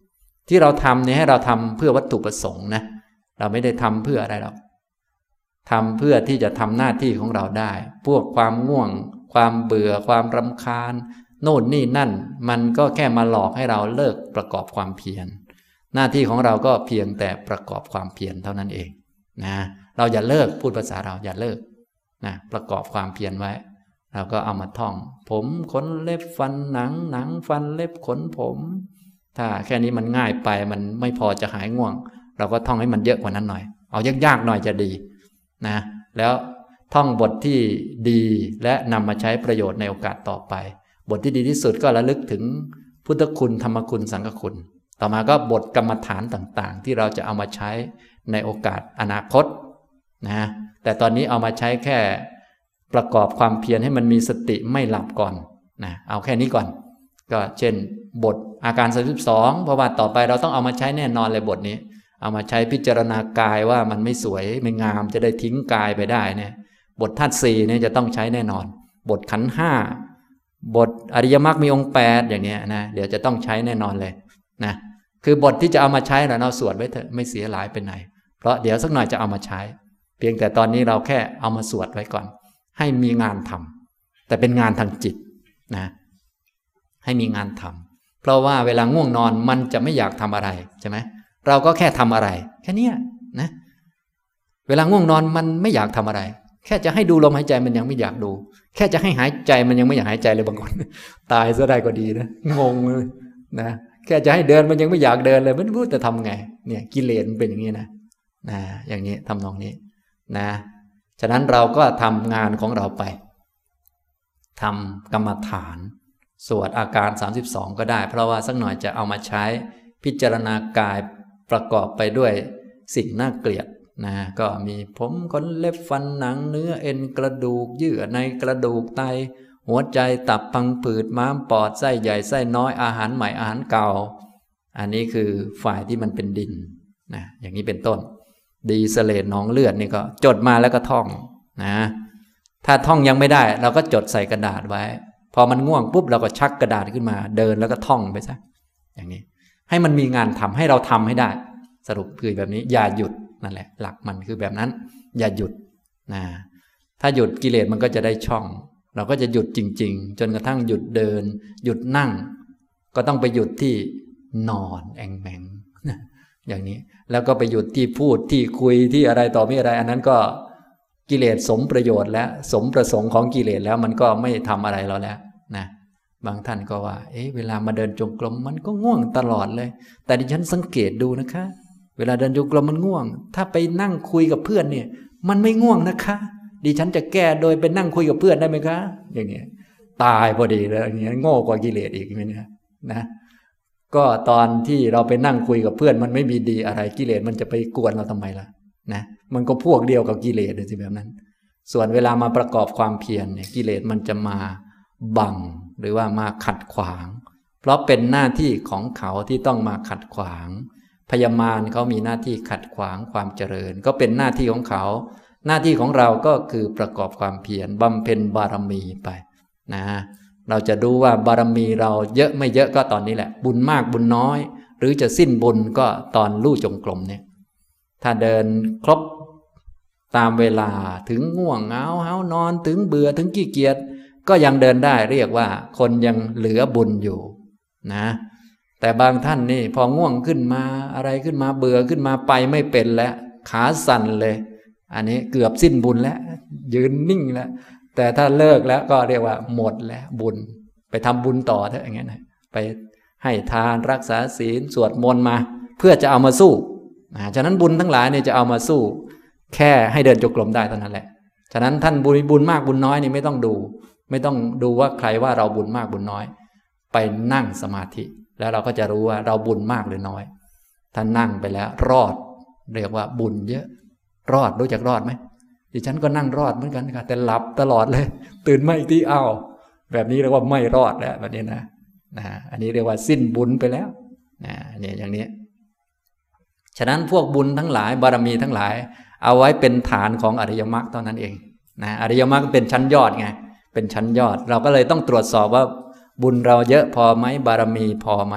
S1: ที่เราทำเนี่ยให้เราทำเพื่อวัตถุประสงค์นะเราไม่ได้ทำเพื่ออะไรหรอกทำเพื่อที่จะทำหน้าที่ของเราได้พวกความง่วงความเบื่อความรำคาญโน่นนี่นั่นมันก็แค่มาหลอกให้เราเลิกประกอบความเพียรหน้าที่ของเราก็เพียงแต่ประกอบความเพียรเท่านั้นเองนะเราอย่าเลิกพูดภาษาเราอย่าเลิกนะประกอบความเพียรไว้เราก็เอามาท่องผมขนเล็บฟันหนังหนังฟันเล็บขนผมถ้าแค่นี้มันง่ายไปมันไม่พอจะหายง่วงเราก็ท่องให้มันเยอะกว่านั้นหน่อยเอายากๆหน่อยจะดีนะแล้วท่องบทที่ดีและนำมาใช้ประโยชน์ในโอกาสต่อไปบทที่ดีที่สุดก็ระลึกถึงพุทธคุณธรรมคุณสังฆคุณต่อมาก็บทกรรมฐานต่างๆที่เราจะเอามาใช้ในโอกาสอนาคตนะแต่ตอนนี้เอามาใช้แค่ประกอบความเพียรให้มันมีสติไม่หลับก่อนนะเอาแค่นี้ก่อนก็เช่นบทอาการ32เพราะว่าต่อไปเราต้องเอามาใช้แน่นอนเลยบทนี้เอามาใช้พิจารณากายว่ามันไม่สวยไม่งามจะได้ทิ้งกายไปได้เนี่ยบทธาตุสี่เนี่ยจะต้องใช้แน่นอนบทขันธ์ห้าบทอริยมรรคมีองค์8อย่างนี้นะเดี๋ยวจะต้องใช้แน่นอนเลยนะคือบทที่จะเอามาใช้เราสวดไว้เถอะไม่เสียหลายไปไหนเพราะเดี๋ยวสักหน่อยจะเอามาใช้เพียงแต่ตอนนี้เราแค่เอามาสวดไว้ก่อนให้มีงานทำแต่เป็นงานทางจิตนะให้มีงานทำเพราะว่าเวลาง่วงนอนมันจะไม่อยากทำอะไรใช่ไหมเราก็แค่ทำอะไรแค่นี้นะเวลาง่วงนอนมันไม่อยากทำอะไรแค่จะให้ดูลมหายใจมันยังไม่อยากดูแค่จะให้หายใจมันยังไม่อยากหายใจเลยบางคนตายซะได้ก็ดีนะงงเลยนะแค่จะให้เดินมันยังไม่อยากเดินเลยไม่รู้จะทำไงเนี่ยกิเลสมันเป็นอย่างนี้นะอย่างนี้ทำนองนี้นะฉะนั้นเราก็ทำงานของเราไปทำกรรมฐานสวดอาการ32ก็ได้เพราะว่าสักหน่อยจะเอามาใช้พิจารณากายประกอบไปด้วยสิ่งน่าเกลียดนะก็มีผมขนเล็บฟันหนังเนื้อเอ็นกระดูกเยื่อในกระดูกไตหัวใจตับพังผืดม้ามปอดไส้ใหญ่ไส้น้อยอาหารใหม่อาหารเก่าอันนี้คือฝ่ายที่มันเป็นดินนะอย่างนี้เป็นต้นดีเสลดหนองเลือดนี่ก็จดมาแล้วก็ท่องนะถ้าท่องยังไม่ได้เราก็จดใส่กระดาษไว้พอมันง่วงปุ๊บเราก็ชักกระดาษขึ้นมาเดินแล้วก็ท่องไปซะอย่างนี้ให้มันมีงานทำให้เราทำให้ได้สรุปคือแบบนี้อย่าหยุดนั่นแหละหลักมันคือแบบนั้นอย่าหยุดนะถ้าหยุดกิเลสมันก็จะได้ช่องเราก็จะหยุดจริงๆจนกระทั่งหยุดเดินหยุดนั่งก็ต้องไปหยุดที่นอนแองแมงอย่างนี้แล้วก็ไปหยุดที่พูดที่คุยที่อะไรต่อไม่อะไรอันนั้นก็กิเลสสมประโยชน์และสมประสงค์ของกิเลสแล้วมันก็ไม่ทำอะไรเราแล้วนะบางท่านก็ว่าเวลามาเดินจงกรมมันก็ง่วงตลอดเลยแต่ดิฉันสังเกตดูนะคะเวลาเดินจงกรมมันง่วงถ้าไปนั่งคุยกับเพื่อนเนี่ยมันไม่ง่วงนะคะดิฉันจะแก้โดยไปนั่งคุยกับเพื่อนได้ไหมคะอย่างเงี้ยตายพอดีเลยอย่างเงี้ยโง่กว่ากิเลสอีกเนี่ยนะก็ตอนที่เราไปนั่งคุยกับเพื่อนมันไม่มีดีอะไรกิเลสมันจะไปกวนเราทำไมล่ะนะมันก็พวกเดียวกับกิเลสเลยสิแบบนั้นส่วนเวลามาประกอบความเพียรเนี่ยกิเลสมันจะมาบังหรือว่ามาขัดขวางเพราะเป็นหน้าที่ของเขาที่ต้องมาขัดขวางพยามารเขามีหน้าที่ขัดขวางความเจริญก็เป็นหน้าที่ของเขาหน้าที่ของเราก็คือประกอบความเพียรบำเพ็ญบารมีไปนะเราจะดูว่าบารมีเราเยอะไม่เยอะก็ตอนนี้แหละบุญมากบุญน้อยหรือจะสิ้นบุญก็ตอนลู่จงกรมเนี่ยถ้าเดินครบตามเวลาถึงง่วงเหงาเฮานอนถึงเบื่อถึงขี้เกียจก็ยังเดินได้เรียกว่าคนยังเหลือบุญอยู่นะแต่บางท่านนี่พอง่วงขึ้นมาอะไรขึ้นมาเบื่อขึ้นมาไปไม่เป็นแล้วขาสั่นเลยอันนี้เกือบสิ้นบุญแล้วยืนนิ่งแล้วแต่ถ้าเลิกแล้วก็เรียกว่าหมดแล้วบุญไปทำบุญต่อเถอะอย่างเงี้ยนะไปให้ทานรักษาศีลสวดมนต์มาเพื่อจะเอามาสู้ฉะนั้นบุญทั้งหลายเนี่ยจะเอามาสู้แค่ให้เดินจงกรมได้เท่านั้นแหละฉะนั้นท่านบุญมากบุญน้อยนี่ไม่ต้องดูว่าใครว่าเราบุญมากบุญน้อยไปนั่งสมาธิแล้วเราก็จะรู้ว่าเราบุญมากหรือน้อยถ้านั่งไปแล้วรอดเรียกว่าบุญเยอะรอดรู้จักรอดไหมดิฉันก็นั่งรอดเหมือนกันค่ะแต่หลับตลอดเลยตื่นมาอีกทีอ้าวแบบนี้เรียกว่าไม่รอดแล้วแบบนี้นะอันนี้เรียกว่าสิ้นบุญไปแล้วเนี่ยอย่างนี้ฉะนั้นพวกบุญทั้งหลายบารมีทั้งหลายเอาไว้เป็นฐานของอริยมรรคเท่านั้นเองนะอริยมรรคเป็นชั้นยอดไงเป็นชั้นยอดเราก็เลยต้องตรวจสอบว่าบุญเราเยอะพอไหมบารมีพอไหม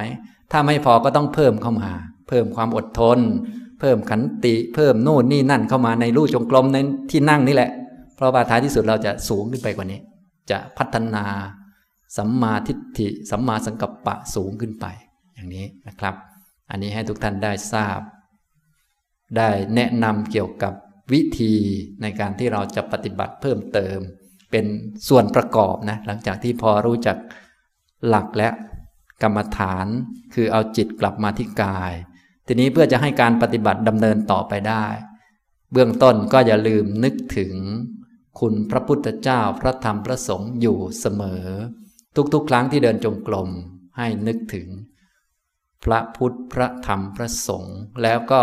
S1: ถ้าไม่พอก็ต้องเพิ่มเข้ามาเพิ่มความอดทนเพิ่มขันติเพิ่มโน่นนี่นั่นเข้ามาในลู่จงกรมในที่นั่งนี่แหละเพราะว่าท้ายที่สุดเราจะสูงขึ้นไปกว่านี้จะพัฒนาสัมมาทิฏฐิสัมมาสังกัปปะสูงขึ้นไปอย่างนี้นะครับอันนี้ให้ทุกท่านได้ทราบได้แนะนำเกี่ยวกับวิธีในการที่เราจะปฏิบัติเพิ่มเติมเป็นส่วนประกอบนะหลังจากที่พอรู้จักหลักและกรรมฐานคือเอาจิตกลับมาที่กายทีนี้เพื่อจะให้การปฏิบัติดำเนินต่อไปได้เบื้องต้นก็อย่าลืมนึกถึงคุณพระพุทธเจ้าพระธรรมพระสงฆ์อยู่เสมอทุกๆครั้งที่เดินจงกรมให้นึกถึงพระพุทธพระธรรมพระสงฆ์แล้วก็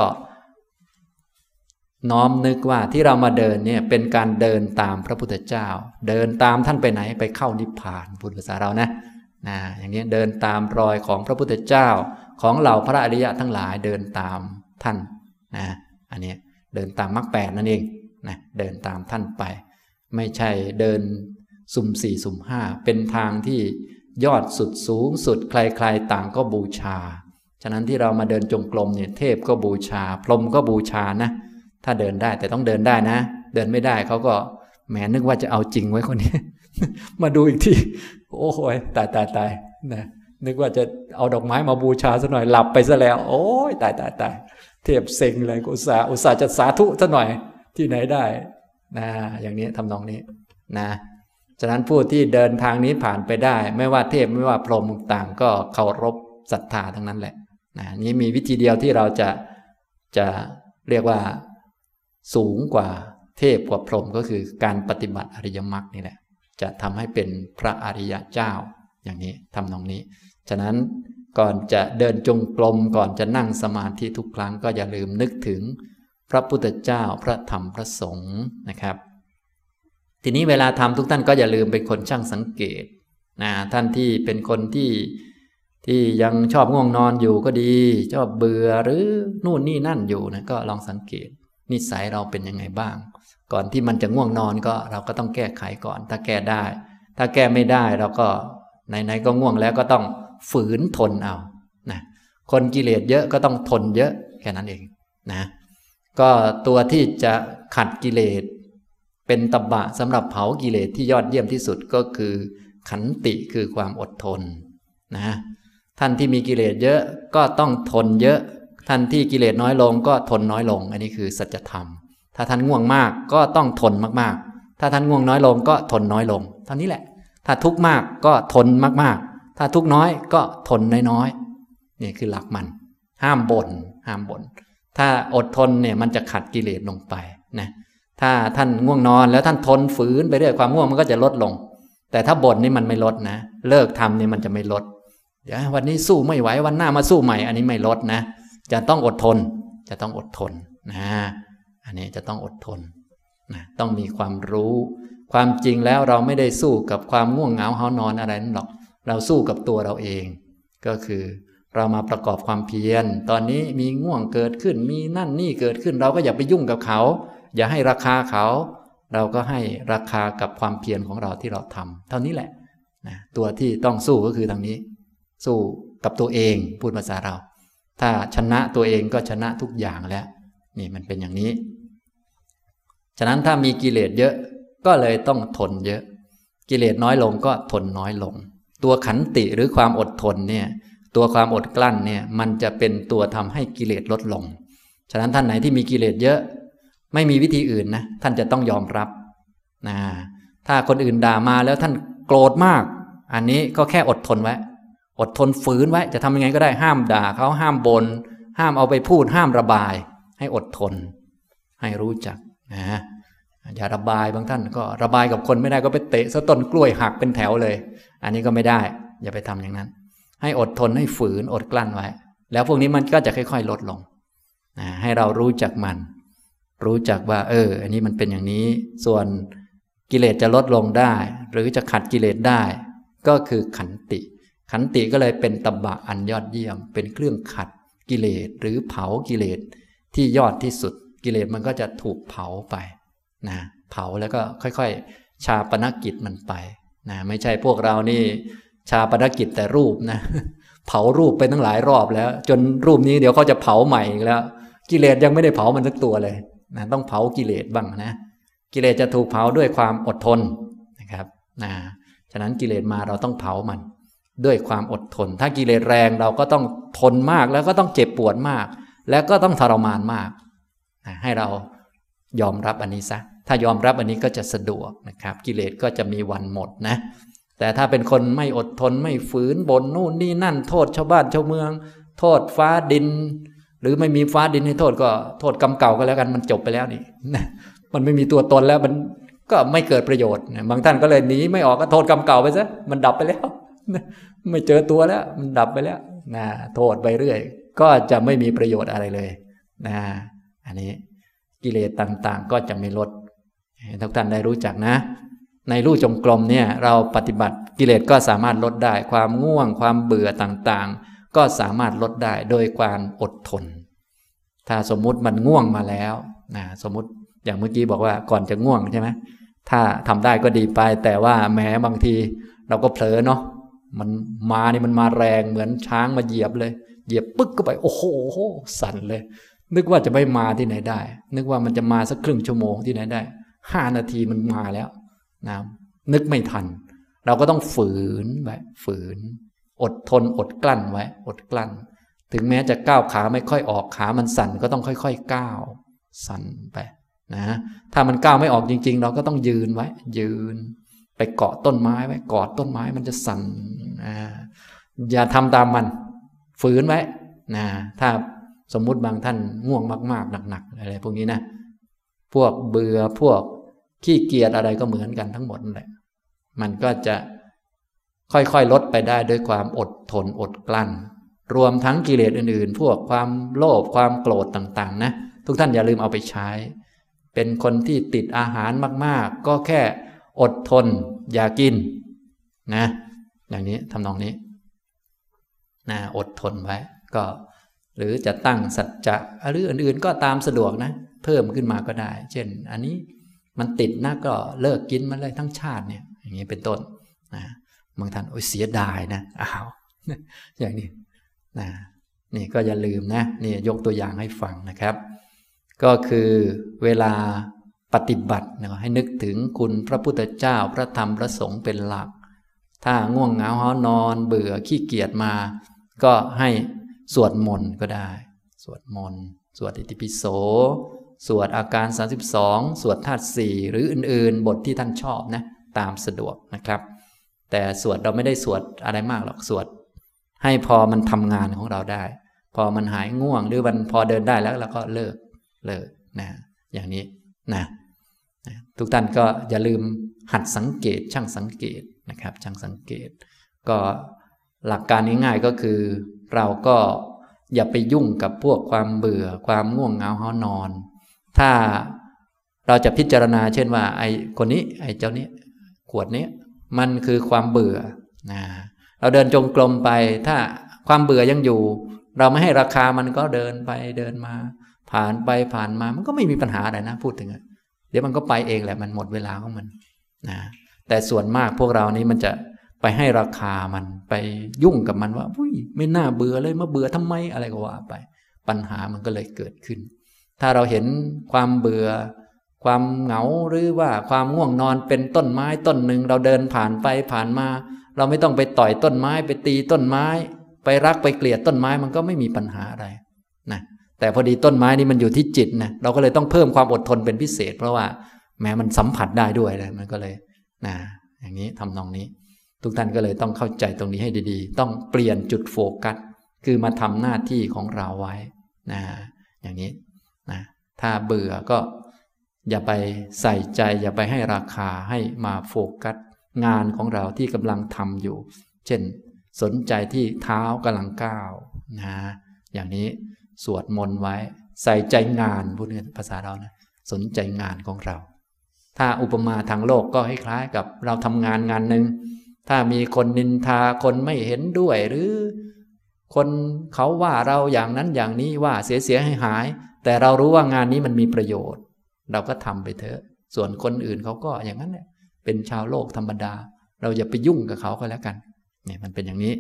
S1: น้อมนึกว่าที่เรามาเดินเนี่ยเป็นการเดินตามพระพุทธเจ้าเดินตามท่านไปไหนไปเข้านิพพานพูดภาษาเรานะอย่างนี้เดินตามรอยของพระพุทธเจ้าของเหล่าพระอริยะทั้งหลายเดินตามท่านอันนี้เดินตามมรรคแปดนั่นเองนะเดินตามท่านไปไม่ใช่เดินสุ่มสี่สุ่มห้าเป็นทางที่ยอดสุดสูงสุดใครๆต่างก็บูชาฉะนั้นที่เรามาเดินจงกรมเนี่ยเทพก็บูชาพรหมก็บูชานะถ้าเดินได้แต่ต้องเดินได้นะเดินไม่ได้เขาก็แหมนึกว่าจะเอาจริงไว้คนนี้ มาดูอีกทีโอ้โหตายนะนึกว่าจะเอาดอกไม้มาบูชาซะหน่อยหลับไปซะแล้วโอ้ยตายเทพเซ็งเลยอุตส่าห์จะสาธุซะหน่อยที่ไหนได้นะอย่างนี้ทำนองนี้นะฉะนั้นผู้ที่เดินทางนี้ผ่านไปได้ไม่ว่าเทพไม่ว่าพรหมต่างก็เคารพศรัทธาทั้งนั้นแหละนะนี่มีวิธีเดียวที่เราจะเรียกว่าสูงกว่าเทพกว่าพรหมก็คือการปฏิบัติอริยมรรคนี่แหละจะทำให้เป็นพระอริยเจ้าอย่างนี้ทำนองนี้ฉะนั้นก่อนจะเดินจงกรมก่อนจะนั่งสมาธิทุกครั้งก็อย่าลืมนึกถึงพระพุทธเจ้าพระธรรมพระสงฆ์นะครับทีนี้เวลาทำทุกท่านก็อย่าลืมเป็นคนช่างสังเกตท่านที่เป็นคนที่ยังชอบง่วงนอนอยู่ก็ดีชอบเบื่อหรือนู่นนี่นั่นอยู่นะก็ลองสังเกตนิสัยเราเป็นยังไงบ้างก่อนที่มันจะง่วงนอนก็เราก็ต้องแก้ไขก่อนถ้าแก้ได้ถ้าแก้ไม่ได้เราก็ไหนๆก็ง่วงแล้วก็ต้องฝืนทนเอานะคนกิเลสเยอะก็ต้องทนเยอะแค่นั้นเองนะก็ตัวที่จะขัดกิเลสเป็นตบะสำหรับเผากิเลสที่ยอดเยี่ยมที่สุดก็คือขันติคือความอดทนนะท่านที่มีกิเลสเยอะก็ต้องทนเยอะท่านที่กิเลสน้อยลงก็ทนน้อยลงอันนี้คือสัจธรรมถ้าท่านง่วงมากก็ต้องทนมากๆถ้าท่านง่วงน้อยลงก็ทนน้อยลงเท่านี้แหละถ้าทุกข์มากก็ทนมากๆถ้าทุกข์น้อยก็ทนน้อยๆนี่คือหลักมันห้ามบ่นถ้าอดทนเนี่ยมันจะขัดกิเลสลงไปนะถ้าท่านง่วงนอนแล้วท่านทนฝืนไปเรื่อยความง่วงมันก็จะลดลงแต่ถ้าบ่นนี่มันไม่ลดนะเลิกทำนี่มันจะไม่ลดเดี๋ยววันนี้สู้ไม่ไหววันหน้ามาสู้ใหม่อันนี้ไม่ลดนะจะต้องอดทนนะอันนี้จะต้องอดทนนะต้องมีความรู้ความจริงแล้วเราไม่ได้สู้กับความง่วงเหงาหานอนอะไรนั่นหรอกเราสู้กับตัวเราเองก็คือเรามาประกอบความเพียรตอนนี้มีง่วงเกิดขึ้นมีนั่นนี่เกิดขึ้นเราก็อย่าไปยุ่งกับเขาอย่าให้ราคาเขาเราก็ให้ราคากับความเพียรของเราที่เราทำเท่านี้แหละนะตัวที่ต้องสู้ก็คือทางนี้สู้กับตัวเองพูดภาษาเราถ้าชนะตัวเองก็ชนะทุกอย่างแล้วนี่มันเป็นอย่างนี้ฉะนั้นถ้ามีกิเลสเยอะก็เลยต้องทนเยอะกิเลสน้อยลงก็ทนน้อยลงตัวขันติหรือความอดทนเนี่ยตัวความอดกลั้นเนี่ยมันจะเป็นตัวทำให้กิเลสลดลงฉะนั้นท่านไหนที่มีกิเลสเยอะไม่มีวิธีอื่นนะท่านจะต้องยอมรับนะถ้าคนอื่นด่ามาแล้วท่านโกรธมากอันนี้ก็แค่อดทนไว้อดทนฝืนไว้จะทำยังไงก็ได้ห้ามด่าเขาห้ามบ่นห้ามเอาไปพูดห้ามระบายให้อดทนให้รู้จักนะอย่าระบายบางท่านก็ระบายกับคนไม่ได้ก็ไปเตะซะต้นกล้วยหักเป็นแถวเลยอันนี้ก็ไม่ได้อย่าไปทำอย่างนั้นให้อดทนให้ฝืนอดกลั้นไว้แล้วพวกนี้มันก็จะค่อยๆลดลงนะให้เรารู้จักมันรู้จักว่าอันนี้มันเป็นอย่างนี้ส่วนกิเลสจะลดลงได้หรือจะขัดกิเลสได้ก็คือขันติก็เลยเป็นตบะอันยอดเยี่ยมเป็นเครื่องขัดกิเลสหรือเผากิเลสที่ยอดที่สุดกิเลสมันก็จะถูกเผาไปนะเผาแล้วก็ค่อยๆชาปนกิจมันไปนะไม่ใช่พวกเรานี่ชาปนกิจแต่รูปนะเผารูปไปตั้งหลายรอบแล้วจนรูปนี้เดี๋ยวเขาจะเผาใหม่อีกแล้วกิเลสยังไม่ได้เผามันสักตัวเลยนะต้องเผากิเลสบ้างนะกิเลสจะถูกเผาด้วยความอดทนนะครับฉะนั้นกิเลสมาเราต้องเผามันด้วยความอดทนถ้ากิเลสแรงเราก็ต้องทนมากแล้วก็ต้องเจ็บปวดมากแล้วก็ต้องทรมานมากให้เรายอมรับอันนี้ซะถ้ายอมรับอันนี้ก็จะสะดวกนะครับกิเลสก็จะมีวันหมดนะแต่ถ้าเป็นคนไม่อดทนไม่ฝืนบ่นนู่นนี่นั่นโทษชาวบ้านชาวเมืองโทษฟ้าดินหรือไม่มีฟ้าดินให้โทษก็โทษกรรมเก่าก็แล้วกันมันจบไปแล้วนี่มันไม่มีตัวตนแล้วมันก็ไม่เกิดประโยชน์บางท่านก็เลยหนีไม่ออกก็โทษกรรมเก่าไปซะมันดับไปแล้วไม่เจอตัวแล้วมันดับไปแล้วโทษไปเรื่อยก็จะไม่มีประโยชน์อะไรเลยอันนี้กิเลสต่างๆก็จะไม่ลดทุกท่านได้รู้จักนะในลู่จงกรมเนี่ยเราปฏิบัติกิเลสก็สามารถลดได้ความง่วงความเบื่อต่างๆก็สามารถลดได้โดยความอดทนถ้าสมมุติมันง่วงมาแล้วสมมุติอย่างเมื่อกี้บอกว่าก่อนจะง่วงใช่ไหมถ้าทำได้ก็ดีไปแต่ว่าแม้บางทีเราก็เผลอเนาะมันมานี่มันมาแรงเหมือนช้างมาเหยียบเลยเหยียบปึ๊กก็ไปโอ้โหสั่นเลยนึกว่าจะไม่มาที่ไหนได้นึกว่ามันจะมาสักครึ่งชั่วโมงที่ไหนได้5 นาทีมันมาแล้วนึกไม่ทันเราก็ต้องฝืนไว้ฝืนอดทนอดกลั้นไว้อดกลั้นถึงแม้จะก้าวขาไม่ค่อยออกขามันสั่นก็ต้องค่อยๆก้าวสั่นไปถ้ามันก้าวไม่ออกจริงๆเราก็ต้องยืนไว้ยืนไปเกาะต้นไม้ไว้กอดต้นไม้มันจะสั่นอย่าทำตามมันฝืนไว้ถ้าสมมุติบางท่านง่วงมากๆหนักๆอะไรพวกนี้นะพวกเบื่อพวกขี้เกียจอะไรก็เหมือนกันทั้งหมดนั่นแหละมันก็จะค่อยๆลดไปได้ด้วยความอดทนอดกลั้นรวมทั้งกิเลสอื่นๆพวกความโลภความโกรธต่างๆนะทุกท่านอย่าลืมเอาไปใช้เป็นคนที่ติดอาหารมากๆก็แค่อดทนอย่ากินอย่างนี้ทำนองนี้อดทนไว้ก็หรือจะตั้งสัจจะหรืออื่นๆก็ตามสะดวกนะเพิ่มขึ้นมาก็ได้เช่นอันนี้มันติดนะก็เลิกกินมันเลยทั้งชาติเนี่ยอย่างนี้เป็นต้นบางท่านเสียดายนะอย่างนี้นี่ก็อย่าลืมนะนี่ยกตัวอย่างให้ฟังนะครับก็คือเวลาปฏิบัติให้นึกถึงคุณพระพุทธเจ้าพระธรรมพระสงฆ์เป็นหลักถ้าง่วงเหงาหานอนเบื่อขี้เกียจมาก็ให้สวดมนต์ก็ได้สวดมนต์สวดอิติปิโสสวดอาการ32สวดธาตุ4หรืออื่นๆบทที่ท่านชอบนะตามสะดวกนะครับแต่สวดเราไม่ได้สวดอะไรมากหรอกสวดให้พอมันทำงานของเราได้พอมันหายง่วงหรือมันพอเดินได้แล้วเราก็เลิกอย่างนี้ทุกท่านก็อย่าลืมหัดสังเกตช่างสังเกตนะครับช่างสังเกตก็หลักการง่ายๆก็คือเราก็อย่าไปยุ่งกับพวกความเบื่อความง่วงเหงาหานอนถ้าเราจะพิจารณาเช่นว่าไอ้คนนี้ไอ้เจ้านี้ขวดนี้มันคือความเบื่อเราเดินจงกรมไปถ้าความเบื่อยังอยู่เราไม่ให้ราคามันก็เดินไปเดินมาผ่านไปผ่านมามันก็ไม่มีปัญหาอะไรนะพูดถึงเดี๋ยวมันก็ไปเองแหละมันหมดเวลาของมันแต่ส่วนมากพวกเรานี้มันจะไปให้ราคามันไปยุ่งกับมันว่าไม่น่าเบื่อเลยมาเบื่อทำไมอะไรก็ว่าไปปัญหามันก็เลยเกิดขึ้นถ้าเราเห็นความเบื่อความเหงาหรือว่าความง่วงนอนเป็นต้นไม้ต้นหนึ่งเราเดินผ่านไปผ่านมาเราไม่ต้องไปต่อยต้นไม้ไปตีต้นไม้ไปรักไปเกลียดต้นไม้มันก็ไม่มีปัญหาอะไรแต่พอดีต้นไม้นี่มันอยู่ที่จิตนะเราก็เลยต้องเพิ่มความอดทนเป็นพิเศษเพราะว่าแม้มันสัมผัสได้ด้วยเลยมันก็เลยอย่างนี้ทำนองนี้ทุกท่านก็เลยต้องเข้าใจตรงนี้ให้ดีๆต้องเปลี่ยนจุดโฟกัสคือมาทำหน้าที่ของเราไว้อย่างนี้ถ้าเบื่อก็อย่าไปใส่ใจอย่าไปให้ราคาให้มาโฟกัสงานของเราที่กำลังทำอยู่เช่นสนใจที่เท้ากำลังก้าวอย่างนี้สวดมนต์ไว้ใส่ใจงานพูดในภาษาเรานะสนใจงานของเราถ้าอุปมาทางโลกก็คล้ายๆกับเราทำงานงานหนึ่งถ้ามีคนนินทาคนไม่เห็นด้วยหรือคนเขาว่าเราอย่างนั้นอย่างนี้ว่าเสียหายแต่เรารู้ว่างานนี้มันมีประโยชน์เราก็ทำไปเถอะส่วนคนอื่นเขาก็อย่างนั้นแหละเป็นชาวโลกธรรมดาเราอย่าไปยุ่งกับเขาก็แล้วกันเนี่ยมันเป็นอย่างนี้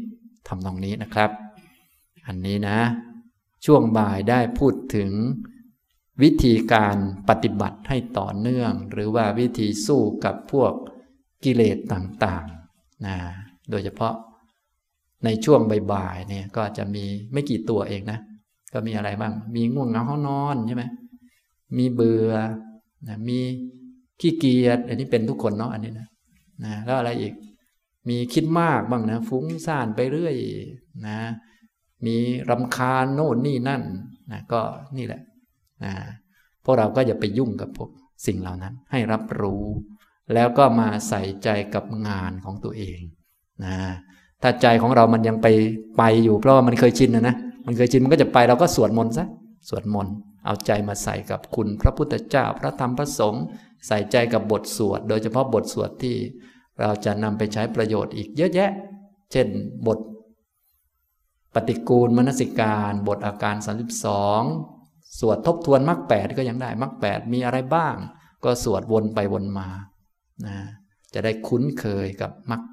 S1: ทำตรงนี้นะครับอันนี้นะช่วงบ่ายได้พูดถึงวิธีการปฏิบัติให้ต่อเนื่องหรือว่าวิธีสู้กับพวกกิเลสต่างๆนะโดยเฉพาะในช่วงบ่ายๆเนี่ยก็จะมีไม่กี่ตัวเองนะก็มีอะไรบ้างมีง่วงเหงาห้องนอนใช่ไหมมีเบื่อนะมีขี้เกียจอันนี้เป็นทุกคนเนาะอันนี้นะแล้วอะไรอีกมีคิดมากบ้างนะฟุ้งซ่านไปเรื่อยนะมีรำคาญโน่นนี่นั่นนะก็นี่แหละพวกเราก็อย่าไปยุ่งกับพวกสิ่งเหล่านั้นให้รับรู้แล้วก็มาใส่ใจกับงานของตัวเองนะถ้าใจของเรามันยังไปอยู่เพราะว่ามันเคยชินนะมันเคยชินมันก็จะไปเราก็สวดมนต์ซะสวดมนต์เอาใจมาใส่กับคุณพระพุทธเจ้าพระธรรมพระสงฆ์ใส่ใจกับบทสวดโดยเฉพาะบทสวดที่เราจะนำไปใช้ประโยชน์อีกเยอะแยะเช่นบทปฏิกูลมนสิการบทอาการ32สวดทบทวนมรรค8ก็ยังได้มรรค8มีอะไรบ้างก็สวดวนไปวนมานะจะได้คุ้นเคยกับมรรค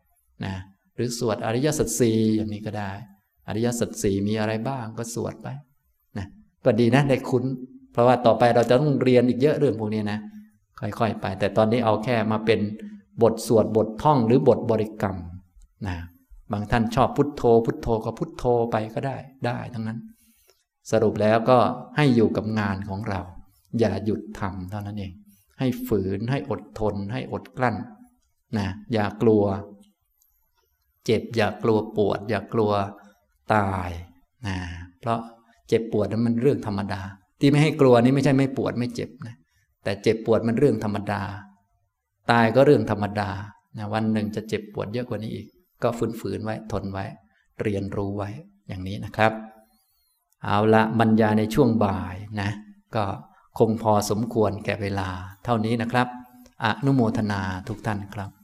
S1: 8นะหรือสวดอริยสัจสี่อย่างนี้ก็ได้อริยสัจสี่มีอะไรบ้างก็สวดไปนะก็ดีนะได้คุ้นเพราะว่าต่อไปเราจะต้องเรียนอีกเยอะเรื่องพวกนี้นะค่อยๆไปแต่ตอนนี้เอาแค่มาเป็นบทสวดบทท่องหรือบทบริกรรมนะบางท่านชอบพุทโธพุทโธก็พุทโธไปก็ได้ทั้งนั้นสรุปแล้วก็ให้อยู่กับงานของเราอย่าหยุดทำเท่านั้นเองให้ฝืนให้อดทนให้อดกลั้นนะอย่ากลัวเจ็บอย่ากลัวปวดอย่ากลัวตายนะเพราะเจ็บปวดนั้นมันเรื่องธรรมดาที่ไม่ให้กลัวนี่ไม่ใช่ไม่ปวดไม่เจ็บนะแต่เจ็บปวดมันเรื่องธรรมดาตายก็เรื่องธรรมดานะวันหนึ่งจะเจ็บปวดเยอะกว่านี้อีกก็ฝืนไว้ทนไว้เรียนรู้ไว้อย่างนี้นะครับเอาละบรรยายในช่วงบ่ายนะก็คงพอสมควรแก่เวลาเท่านี้นะครับอนุโมทนาทุกท่านครับ